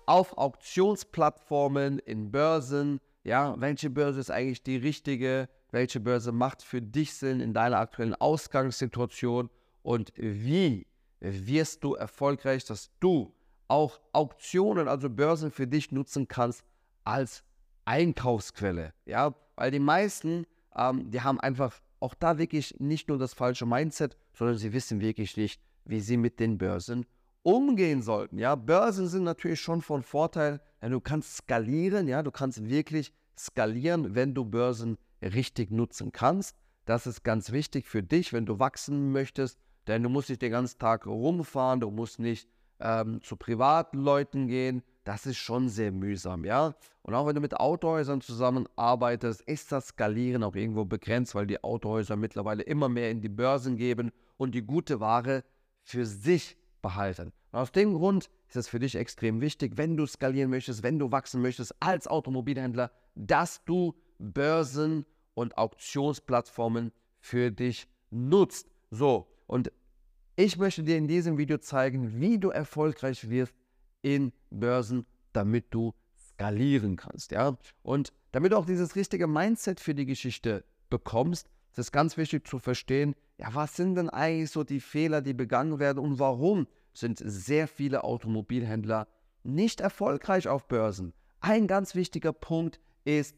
auf Auktionsplattformen, in Börsen. Ja, welche Börse ist eigentlich die richtige? Welche Börse macht für dich Sinn in deiner aktuellen Ausgangssituation? Und wie wirst du erfolgreich, dass du auch Auktionen, also Börsen für dich nutzen kannst als Einkaufsquelle? Ja, weil die meisten, die haben einfach auch da wirklich nicht nur das falsche Mindset, sondern sie wissen wirklich nicht, wie sie mit den Börsen umgehen sollten. Ja, Börsen sind natürlich schon von Vorteil, denn du kannst skalieren, ja, du kannst wirklich skalieren, wenn du Börsen richtig nutzen kannst. Das ist ganz wichtig für dich, wenn du wachsen möchtest, denn du musst nicht den ganzen Tag rumfahren, du musst nicht zu privaten Leuten gehen. Das ist schon sehr mühsam, ja. Und auch wenn du mit Autohäusern zusammenarbeitest, ist das Skalieren auch irgendwo begrenzt, weil die Autohäuser mittlerweile immer mehr in die Börsen geben und die gute Ware für sich behalten. Und aus dem Grund ist es für dich extrem wichtig, wenn du skalieren möchtest, wenn du wachsen möchtest als Automobilhändler, dass du Börsen und Auktionsplattformen für dich nutzt. So, und ich möchte dir in diesem Video zeigen, wie du erfolgreich wirst in Börsen, damit du skalieren kannst. Ja? Und damit du auch dieses richtige Mindset für die Geschichte bekommst, ist es ganz wichtig zu verstehen, ja, was sind denn eigentlich so die Fehler, die begangen werden und warum sind sehr viele Automobilhändler nicht erfolgreich auf Börsen. Ein ganz wichtiger Punkt ist,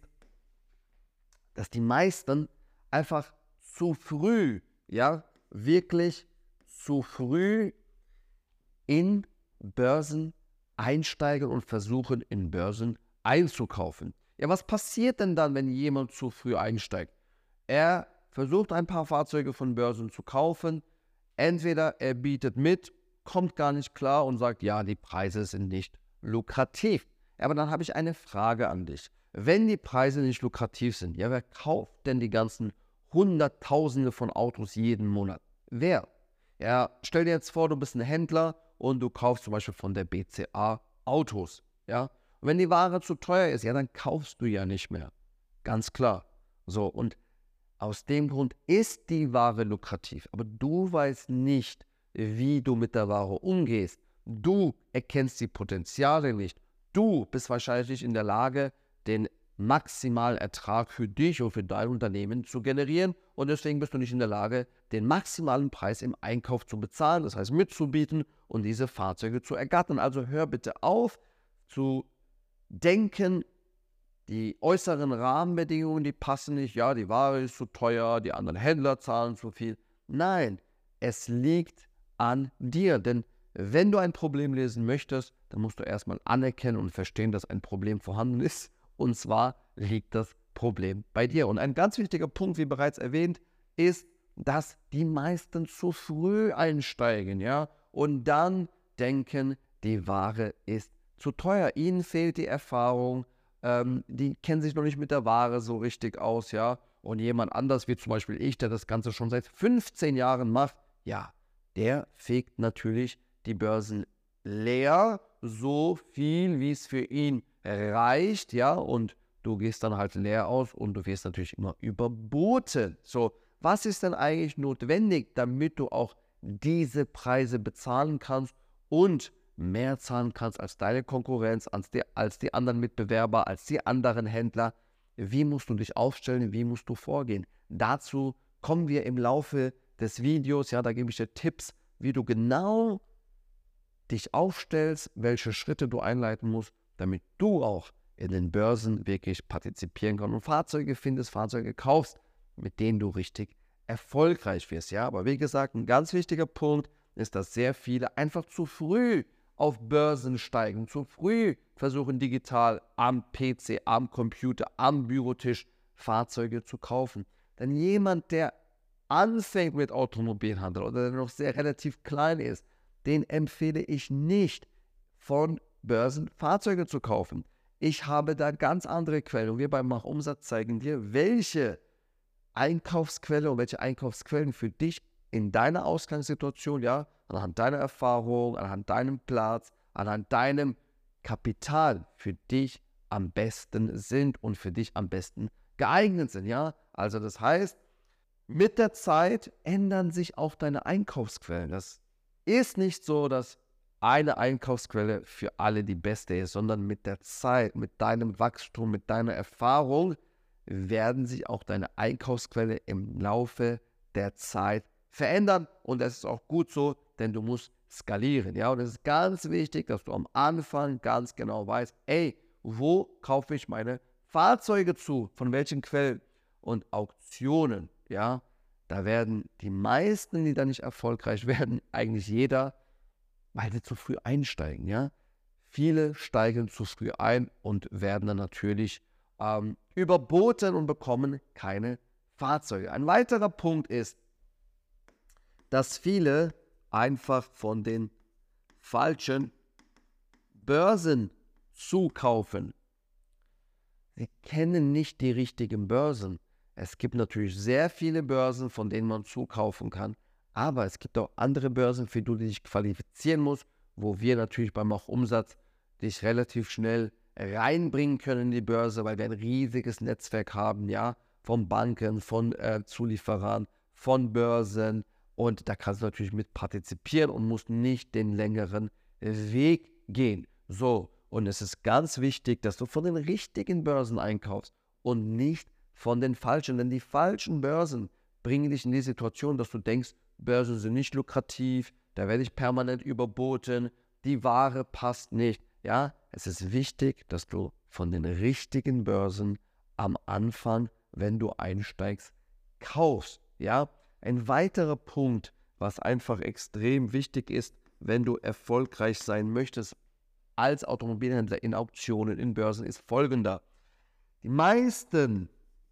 dass die meisten einfach zu früh, ja, wirklich zu früh in Börsen einsteigen und versuchen, in Börsen einzukaufen. Ja, was passiert denn dann, wenn jemand zu früh einsteigt? Er versucht, ein paar Fahrzeuge von Börsen zu kaufen. Entweder er bietet mit, kommt gar nicht klar und sagt, ja, die Preise sind nicht lukrativ. Aber dann habe ich eine Frage an dich. Wenn die Preise nicht lukrativ sind, ja, wer kauft denn die ganzen Hunderttausende von Autos jeden Monat? Wer? Ja, stell dir jetzt vor, du bist ein Händler und du kaufst zum Beispiel von der BCA Autos. Ja, und wenn die Ware zu teuer ist, ja, dann kaufst du ja nicht mehr. Ganz klar. So, und aus dem Grund ist die Ware lukrativ, aber du weißt nicht, wie du mit der Ware umgehst. Du erkennst die Potenziale nicht. Du bist wahrscheinlich nicht in der Lage, den maximalen Ertrag für dich und für dein Unternehmen zu generieren und deswegen bist du nicht in der Lage, den maximalen Preis im Einkauf zu bezahlen, das heißt mitzubieten und diese Fahrzeuge zu ergattern. Also hör bitte auf zu denken, die äußeren Rahmenbedingungen, die passen nicht, ja, die Ware ist zu teuer, die anderen Händler zahlen zu viel. Nein, es liegt an dir, denn wenn du ein Problem lösen möchtest, dann musst du erstmal anerkennen und verstehen, dass ein Problem vorhanden ist. Und zwar liegt das Problem bei dir. Und ein ganz wichtiger Punkt, wie bereits erwähnt, ist, dass die meisten zu früh einsteigen, ja, und dann denken, die Ware ist zu teuer. Ihnen fehlt die Erfahrung, die kennen sich noch nicht mit der Ware so richtig aus, ja. Und jemand anders, wie zum Beispiel ich, der das Ganze schon seit 15 Jahren macht, ja, der fegt natürlich die Börsen leer, so viel, wie es für ihn reicht, ja, und du gehst dann halt leer aus und du wirst natürlich immer überboten. So, was ist denn eigentlich notwendig, damit du auch diese Preise bezahlen kannst und mehr zahlen kannst als deine Konkurrenz, als die anderen Mitbewerber, als die anderen Händler? Wie musst du dich aufstellen, wie musst du vorgehen? Dazu kommen wir im Laufe des Videos, ja, da gebe ich dir Tipps, wie du genau dich aufstellst, welche Schritte du einleiten musst, damit du auch in den Börsen wirklich partizipieren kannst und Fahrzeuge findest, Fahrzeuge kaufst, mit denen du richtig erfolgreich wirst. Ja, aber wie gesagt, ein ganz wichtiger Punkt ist, dass sehr viele einfach zu früh auf Börsen steigen, zu früh versuchen digital am PC, am Computer, am Bürotisch Fahrzeuge zu kaufen. Denn jemand, der anfängt mit Automobilhandel oder der noch sehr relativ klein ist, den empfehle ich nicht, von Börsen Fahrzeuge zu kaufen. Ich habe da ganz andere Quellen und wir beim Mach-Umsatz zeigen dir, welche Einkaufsquelle und welche Einkaufsquellen für dich in deiner Ausgangssituation, ja, anhand deiner Erfahrung, anhand deinem Platz, anhand deinem Kapital für dich am besten sind und für dich am besten geeignet sind, ja. Also das heißt, mit der Zeit ändern sich auch deine Einkaufsquellen. Das ist nicht so, dass eine Einkaufsquelle für alle die beste ist, sondern mit der Zeit, mit deinem Wachstum, mit deiner Erfahrung werden sich auch deine Einkaufsquelle im Laufe der Zeit verändern. Und das ist auch gut so, denn du musst skalieren. Ja, und es ist ganz wichtig, dass du am Anfang ganz genau weißt, ey, wo kaufe ich meine Fahrzeuge zu? Von welchen Quellen? Und Auktionen, ja, da werden die meisten, die da nicht erfolgreich werden, eigentlich jeder, weil sie zu früh einsteigen, ja. Viele steigen zu früh ein und werden dann natürlich überboten und bekommen keine Fahrzeuge. Ein weiterer Punkt ist, dass viele einfach von den falschen Börsen zukaufen. Sie kennen nicht die richtigen Börsen. Es gibt natürlich sehr viele Börsen, von denen man zukaufen kann, aber es gibt auch andere Börsen, für die du dich qualifizieren musst, wo wir natürlich beim auch Umsatz dich relativ schnell reinbringen können in die Börse, weil wir ein riesiges Netzwerk haben, ja, von Banken, von Zulieferern, von Börsen, und da kannst du natürlich mit partizipieren und musst nicht den längeren Weg gehen. So, und es ist ganz wichtig, dass du von den richtigen Börsen einkaufst und nicht von den falschen, denn die falschen Börsen bringen dich in die Situation, dass du denkst, Börsen sind nicht lukrativ, da werde ich permanent überboten, die Ware passt nicht. Ja, es ist wichtig, dass du von den richtigen Börsen am Anfang, wenn du einsteigst, kaufst. Ja, ein weiterer Punkt, was einfach extrem wichtig ist, wenn du erfolgreich sein möchtest als Automobilhändler in Auktionen, in Börsen, ist folgender. Die meisten,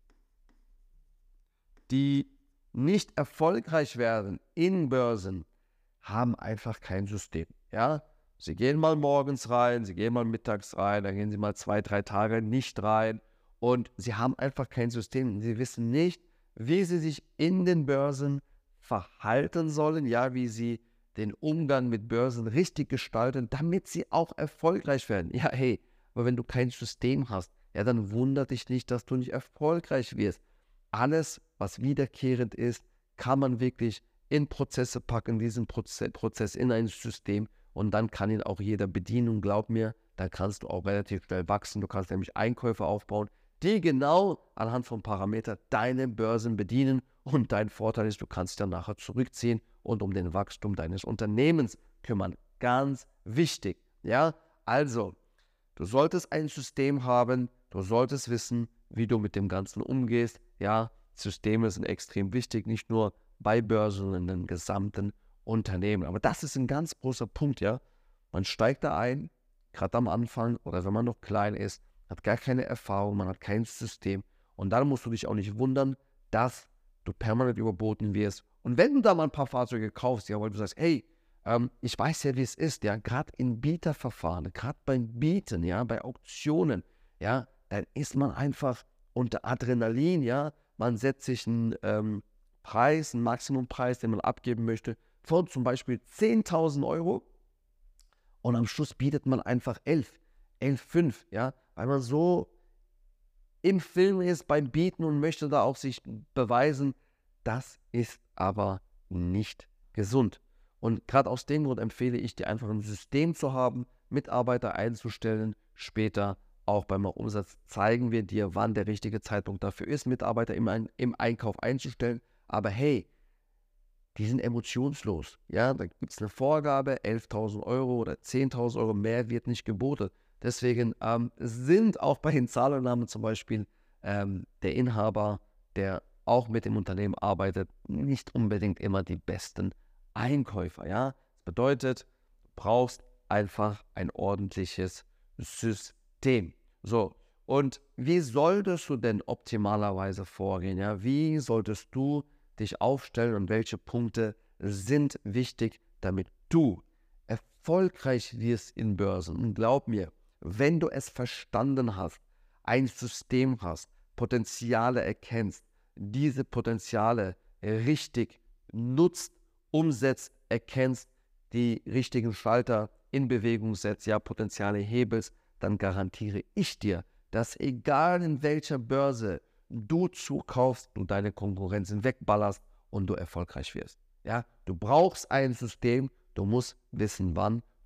die nicht erfolgreich werden in Börsen, haben einfach kein System. Ja? Sie gehen mal morgens rein, sie gehen mal mittags rein, dann gehen sie mal 2, 3 Tage nicht rein und sie haben einfach kein System. Sie wissen nicht, wie sie sich in den Börsen verhalten sollen, ja, wie sie den Umgang mit Börsen richtig gestalten, damit sie auch erfolgreich werden. Ja, hey, aber wenn du kein System hast, ja, dann wundert dich nicht, dass du nicht erfolgreich wirst. Alles, was wiederkehrend ist, kann man wirklich in Prozesse packen, diesen Prozess in ein System, und dann kann ihn auch jeder bedienen, und glaub mir, dann kannst du auch relativ schnell wachsen. Du kannst nämlich Einkäufe aufbauen, die genau anhand von Parametern deine Börsen bedienen, und dein Vorteil ist, du kannst dann nachher zurückziehen und um den Wachstum deines Unternehmens kümmern. Ganz wichtig, ja? Also, du solltest ein System haben, du solltest wissen, wie du mit dem Ganzen umgehst, ja? Systeme sind extrem wichtig, nicht nur bei Börsen, sondern im gesamten Unternehmen. Aber das ist ein ganz großer Punkt, ja? Man steigt da ein, gerade am Anfang oder wenn man noch klein ist, hat gar keine Erfahrung, man hat kein System, und dann musst du dich auch nicht wundern, dass du permanent überboten wirst. Und wenn du da mal ein paar Fahrzeuge kaufst, ja, weil du sagst, hey, ich weiß ja, wie es ist, ja, gerade in Bieterverfahren, gerade beim Bieten, ja, bei Auktionen, ja, dann ist man einfach unter Adrenalin, ja, man setzt sich einen Preis, einen Maximumpreis, den man abgeben möchte, von zum Beispiel 10.000 Euro, und am Schluss bietet man einfach 11,5, ja, weil man so im Film ist beim Bieten und möchte da auch sich beweisen. Das ist aber nicht gesund. Und gerade aus dem Grund empfehle ich dir einfach ein System zu haben, Mitarbeiter einzustellen. Später auch beim Umsatz zeigen wir dir, wann der richtige Zeitpunkt dafür ist, Mitarbeiter im Einkauf einzustellen. Aber hey, die sind emotionslos. Ja, da gibt es eine Vorgabe, 11.000 Euro oder 10.000 Euro, mehr wird nicht geboten. Deswegen sind auch bei den Zahlungnahmen zum Beispiel der Inhaber, der auch mit dem Unternehmen arbeitet, nicht unbedingt immer die besten Einkäufer. Ja? Das bedeutet, du brauchst einfach ein ordentliches System. So, und wie solltest du denn optimalerweise vorgehen? Ja? Wie solltest du dich aufstellen und welche Punkte sind wichtig, damit du erfolgreich wirst in Börsen? Und glaub mir, wenn du es verstanden hast, ein System hast, Potenziale erkennst, diese Potenziale richtig nutzt, umsetzt, erkennst, die richtigen Schalter in Bewegung setzt, ja, Potenziale hebelst, dann garantiere ich dir, dass egal in welcher Börse du zukaufst, du deine Konkurrenzen wegballerst und du erfolgreich wirst. Ja, du brauchst ein System, du musst wissen, wann,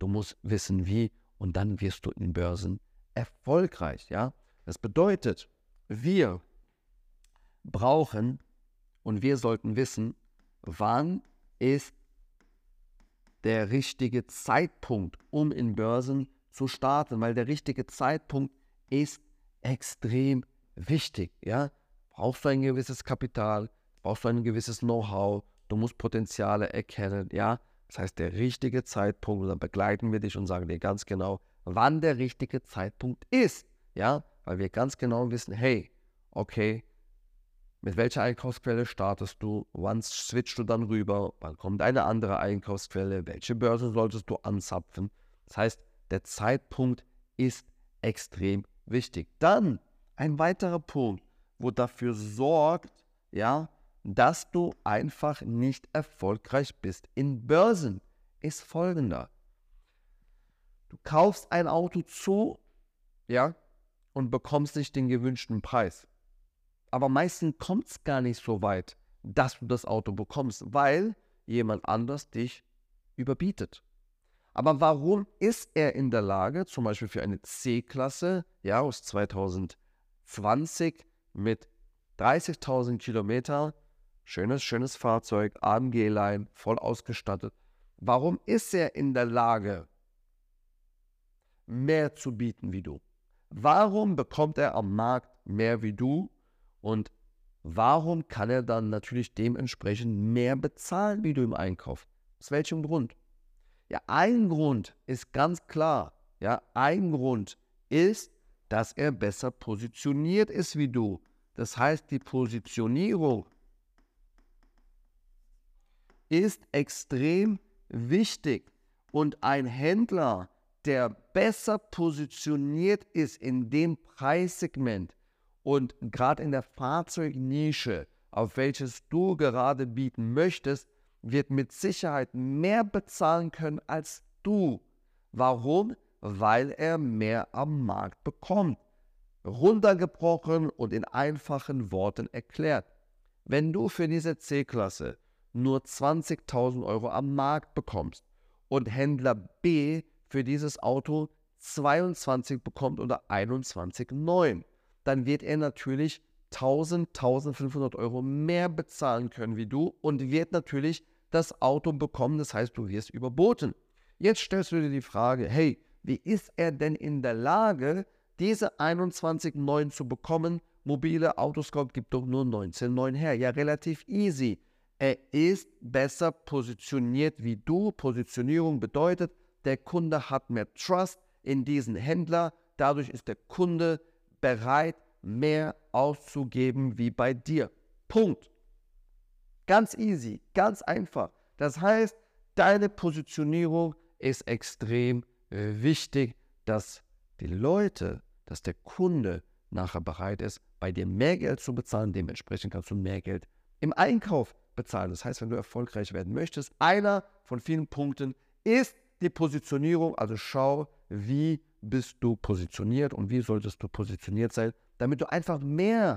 du musst wissen, wie, und dann wirst du in Börsen erfolgreich. Ja? Das bedeutet, wir brauchen und wir sollten wissen, wann ist der richtige Zeitpunkt, um in Börsen zu starten, weil der richtige Zeitpunkt ist extrem wichtig. Ja? Brauchst du ein gewisses Kapital, brauchst du ein gewisses Know-how, du musst Potenziale erkennen. Ja? Das heißt, der richtige Zeitpunkt, und dann begleiten wir dich und sagen dir ganz genau, wann der richtige Zeitpunkt ist. Ja? Weil wir ganz genau wissen, hey, okay, mit welcher Einkaufsquelle startest du? Wann switchst du dann rüber? Wann kommt eine andere Einkaufsquelle? Welche Börse solltest du anzapfen? Das heißt, der Zeitpunkt ist extrem wichtig. Dann ein weiterer Punkt, wo dafür sorgt, ja, dass du einfach nicht erfolgreich bist in Börsen, ist folgender. Du kaufst ein Auto zu, ja, und bekommst nicht den gewünschten Preis. Aber meistens kommt es gar nicht so weit, dass du das Auto bekommst, weil jemand anders dich überbietet. Aber warum ist er in der Lage, zum Beispiel für eine C-Klasse, ja, aus 2020 mit 30.000 Kilometer, schönes Fahrzeug, AMG-Line, voll ausgestattet, warum ist er in der Lage, mehr zu bieten wie du? Warum bekommt er am Markt mehr wie du? Und warum kann er dann natürlich dementsprechend mehr bezahlen wie du im Einkauf? Aus welchem Grund? Ja, ein Grund ist ganz klar. Ja, ein Grund ist, dass er besser positioniert ist wie du. Das heißt, die Positionierung ist extrem wichtig. Und ein Händler, der besser positioniert ist in dem Preissegment und gerade in der Fahrzeugnische, auf welches du gerade bieten möchtest, wird mit Sicherheit mehr bezahlen können als du. Warum? Weil er mehr am Markt bekommt. Runtergebrochen und in einfachen Worten erklärt. Wenn du für diese C-Klasse nur 20.000 Euro am Markt bekommst und Händler B für dieses Auto 22 bekommt oder 21,9, dann wird er natürlich 1.500 Euro mehr bezahlen können wie du und wird natürlich das Auto bekommen, das heißt, du wirst überboten. Jetzt stellst du dir die Frage, hey, wie ist er denn in der Lage, diese 21,9 zu bekommen? Mobile Autoscout gibt doch nur 19,9 her. Ja, relativ easy. Er ist besser positioniert wie du. Positionierung bedeutet, der Kunde hat mehr Trust in diesen Händler. Dadurch ist der Kunde bereit, mehr auszugeben wie bei dir. Punkt. Ganz easy, ganz einfach. Das heißt, deine Positionierung ist extrem wichtig, dass die Leute, dass der Kunde nachher bereit ist, bei dir mehr Geld zu bezahlen. Dementsprechend kannst du mehr Geld im Einkauf bezahlen. Das heißt, wenn du erfolgreich werden möchtest, einer von vielen Punkten ist die Positionierung. Also schau, wie bist du positioniert und wie solltest du positioniert sein, damit du einfach mehr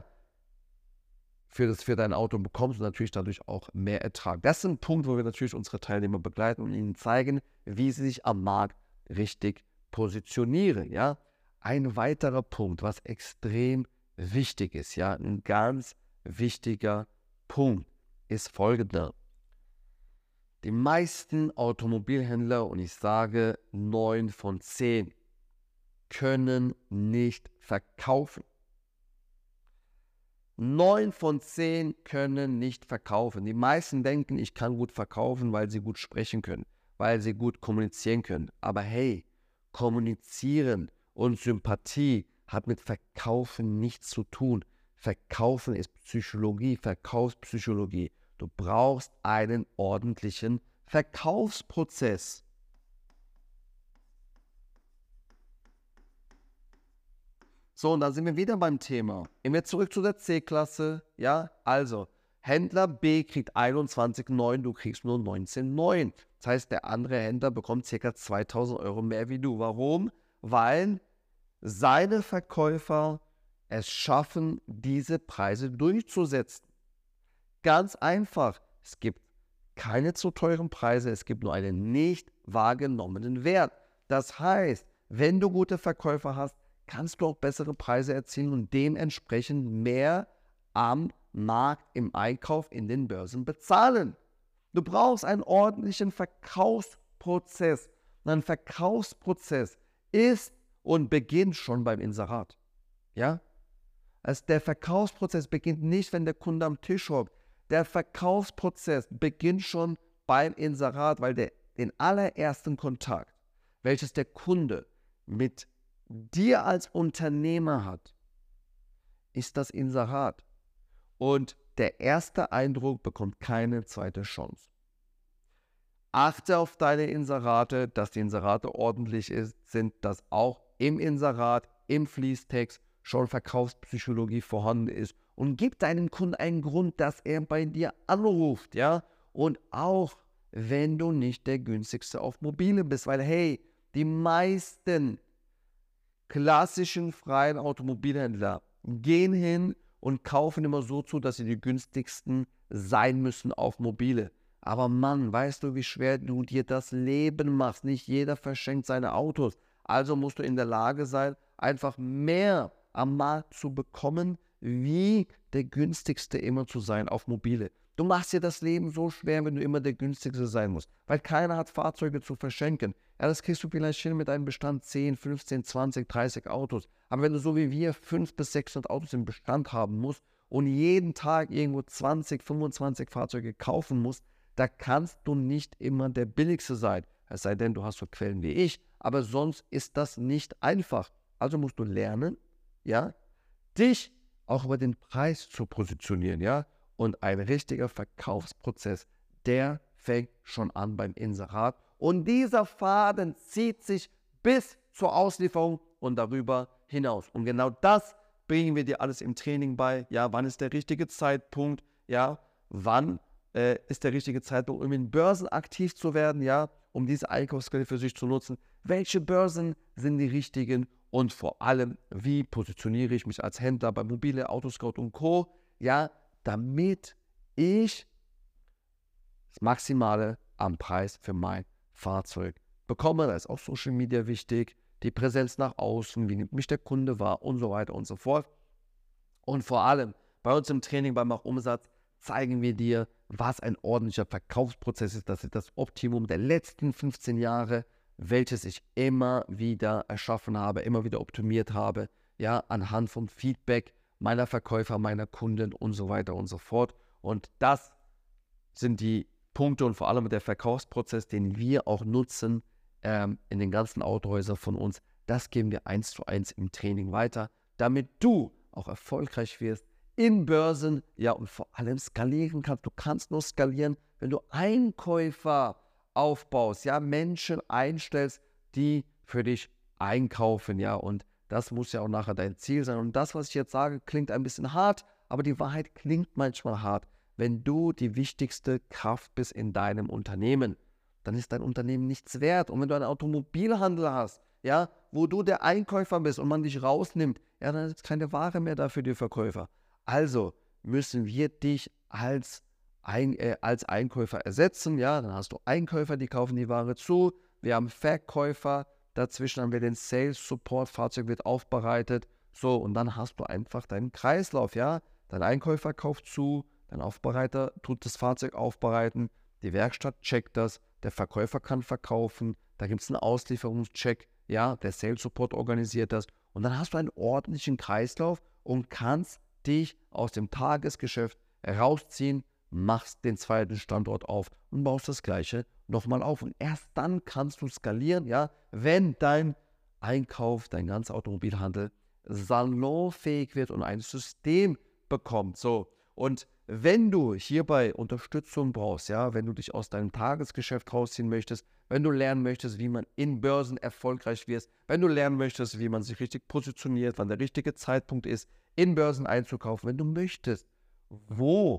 für dein Auto bekommst und natürlich dadurch auch mehr Ertrag. Das ist ein Punkt, wo wir natürlich unsere Teilnehmer begleiten und ihnen zeigen, wie sie sich am Markt richtig positionieren. Ja? Ein weiterer Punkt, was extrem wichtig ist, ja, ein ganz wichtiger Punkt, ist folgender. Die meisten Automobilhändler, und ich sage 9 von 10, können nicht verkaufen. 9 von 10 können nicht verkaufen. Die meisten denken, ich kann gut verkaufen, weil sie gut sprechen können, weil sie gut kommunizieren können. Aber hey, kommunizieren und Sympathie hat mit Verkaufen nichts zu tun. Verkaufen ist Psychologie, Verkaufspsychologie. Du brauchst einen ordentlichen Verkaufsprozess. So, und dann sind wir wieder beim Thema. Gehen wir zurück zu der C-Klasse. Ja, also, Händler B kriegt 21,9, du kriegst nur 19,9. Das heißt, der andere Händler bekommt ca. 2.000 Euro mehr wie du. Warum? Weil seine Verkäufer es schaffen, diese Preise durchzusetzen. Ganz einfach. Es gibt keine zu teuren Preise, es gibt nur eine nicht wahrgenommenen Wert. Das heißt, wenn du gute Verkäufer hast, kannst du auch bessere Preise erzielen und dementsprechend mehr am Markt, im Einkauf, in den Börsen bezahlen. Du brauchst einen ordentlichen Verkaufsprozess. Und ein Verkaufsprozess ist und beginnt schon beim Inserat. Ja? Also der Verkaufsprozess beginnt nicht, wenn der Kunde am Tisch hockt. Der Verkaufsprozess beginnt schon beim Inserat, weil den allerersten Kontakt, welches der Kunde mit dir als Unternehmer hat, ist das Inserat. Und der erste Eindruck bekommt keine zweite Chance. Achte auf deine Inserate, dass die Inserate ordentlich sind, dass auch im Inserat, im Fließtext schon Verkaufspsychologie vorhanden ist und gib deinem Kunden einen Grund, dass er bei dir anruft, ja? Und auch wenn du nicht der günstigste auf Mobile bist, weil hey, die meisten klassischen freien Automobilhändler gehen hin und kaufen immer so zu, dass sie die günstigsten sein müssen auf Mobile. Aber Mann, weißt du, wie schwer du dir das Leben machst? Nicht jeder verschenkt seine Autos. Also musst du in der Lage sein, einfach mehr am Markt zu bekommen, wie der günstigste immer zu sein auf Mobile. Du machst dir das Leben so schwer, wenn du immer der günstigste sein musst, weil keiner hat Fahrzeuge zu verschenken. Ja, das kriegst du vielleicht hin mit einem Bestand 10, 15, 20, 30 Autos. Aber wenn du so wie wir 500 bis 600 Autos im Bestand haben musst und jeden Tag irgendwo 20, 25 Fahrzeuge kaufen musst, da kannst du nicht immer der Billigste sein. Es sei denn, du hast so Quellen wie ich, aber sonst ist das nicht einfach. Also musst du lernen, ja, dich auch über den Preis zu positionieren, ja. Und ein richtiger Verkaufsprozess, der fängt schon an beim Inserat. Und dieser Faden zieht sich bis zur Auslieferung und darüber hinaus. Und genau das bringen wir dir alles im Training bei. Ja, wann ist der richtige Zeitpunkt? Ja, wann ist der richtige Zeitpunkt, um in Börsen aktiv zu werden? Ja, um diese Einkaufsquelle für sich zu nutzen. Welche Börsen sind die richtigen? Und vor allem, wie positioniere ich mich als Händler bei Mobile, Autoscout und Co. Ja, damit ich das Maximale am Preis für mein Fahrzeug bekomme. Da ist auch Social Media wichtig, die Präsenz nach außen, wie nimmt mich der Kunde wahr und so weiter und so fort. Und vor allem bei uns im Training beim Mach Umsatz zeigen wir dir, was ein ordentlicher Verkaufsprozess ist. Das ist das Optimum der letzten 15 Jahre, welches ich immer wieder erschaffen habe, immer wieder optimiert habe, ja, anhand vom Feedback meiner Verkäufer, meiner Kunden und so weiter und so fort. Und das sind die Punkte und vor allem der Verkaufsprozess, den wir auch nutzen in den ganzen Autohäusern von uns. Das geben wir 1:1 im Training weiter, damit du auch erfolgreich wirst in Börsen, ja, und vor allem skalieren kannst. Du kannst nur skalieren, wenn du Einkäufer aufbaust, ja, Menschen einstellst, die für dich einkaufen, ja, und das muss ja auch nachher dein Ziel sein. Und das, was ich jetzt sage, klingt ein bisschen hart, aber die Wahrheit klingt manchmal hart. Wenn du die wichtigste Kraft bist in deinem Unternehmen, dann ist dein Unternehmen nichts wert. Und wenn du einen Automobilhandel hast, ja, wo du der Einkäufer bist und man dich rausnimmt, ja, dann ist keine Ware mehr da für die Verkäufer. Also müssen wir dich als Einkäufer ersetzen, ja, dann hast du Einkäufer, die kaufen die Ware zu, wir haben Verkäufer, dazwischen haben wir den Sales Support, Fahrzeug wird aufbereitet, so, und dann hast du einfach deinen Kreislauf, ja, dein Einkäufer kauft zu, dein Aufbereiter tut das Fahrzeug aufbereiten, die Werkstatt checkt das, der Verkäufer kann verkaufen, da gibt es einen Auslieferungscheck, ja, der Sales Support organisiert das und dann hast du einen ordentlichen Kreislauf und kannst dich aus dem Tagesgeschäft rausziehen, machst den zweiten Standort auf und baust das gleiche nochmal auf. Und erst dann kannst du skalieren, ja, wenn dein Einkauf, dein ganzer Automobilhandel salonfähig wird und ein System bekommt. So, und wenn du hierbei Unterstützung brauchst, ja, wenn du dich aus deinem Tagesgeschäft rausziehen möchtest, wenn du lernen möchtest, wie man in Börsen erfolgreich wird, wenn du lernen möchtest, wie man sich richtig positioniert, wann der richtige Zeitpunkt ist, in Börsen einzukaufen, wenn du möchtest, wo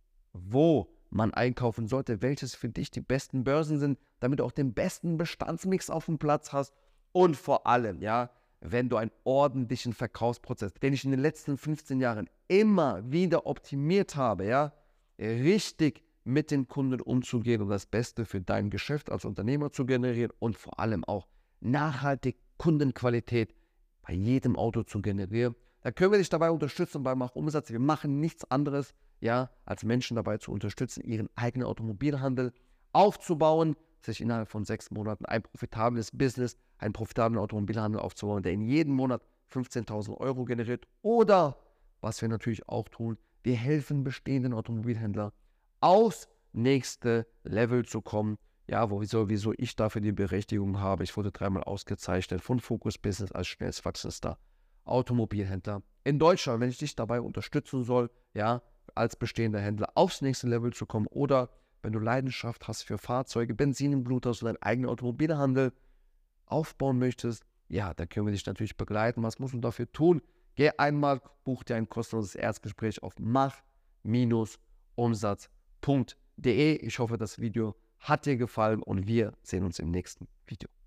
man einkaufen sollte, welches für dich die besten Börsen sind, damit du auch den besten Bestandsmix auf dem Platz hast und vor allem, ja, wenn du einen ordentlichen Verkaufsprozess, den ich in den letzten 15 Jahren immer wieder optimiert habe, ja, richtig mit den Kunden umzugehen und das Beste für dein Geschäft als Unternehmer zu generieren und vor allem auch nachhaltig Kundenqualität bei jedem Auto zu generieren. Da können wir dich dabei unterstützen beim Umsatz. Wir machen nichts anderes, ja, als Menschen dabei zu unterstützen, ihren eigenen Automobilhandel aufzubauen, sich innerhalb von 6 Monaten ein profitables Business, einen profitablen Automobilhandel aufzubauen, der in jedem Monat 15.000 Euro generiert. Oder, was wir natürlich auch tun, wir helfen bestehenden Automobilhändlern aufs nächste Level zu kommen. Ja, wieso ich dafür die Berechtigung habe. Ich wurde 3-mal ausgezeichnet von Focus Business als schnellst wachsendster Automobilhändler in Deutschland. Wenn ich dich dabei unterstützen soll, ja, als bestehender Händler aufs nächste Level zu kommen oder wenn du Leidenschaft hast für Fahrzeuge, Benzin im Blut hast und deinen eigenen Automobilhandel aufbauen möchtest, ja, dann können wir dich natürlich begleiten. Was musst du dafür tun? Geh einmal, buch dir ein kostenloses Erstgespräch auf mach-umsatz.de. Ich hoffe, das Video hat dir gefallen und wir sehen uns im nächsten Video.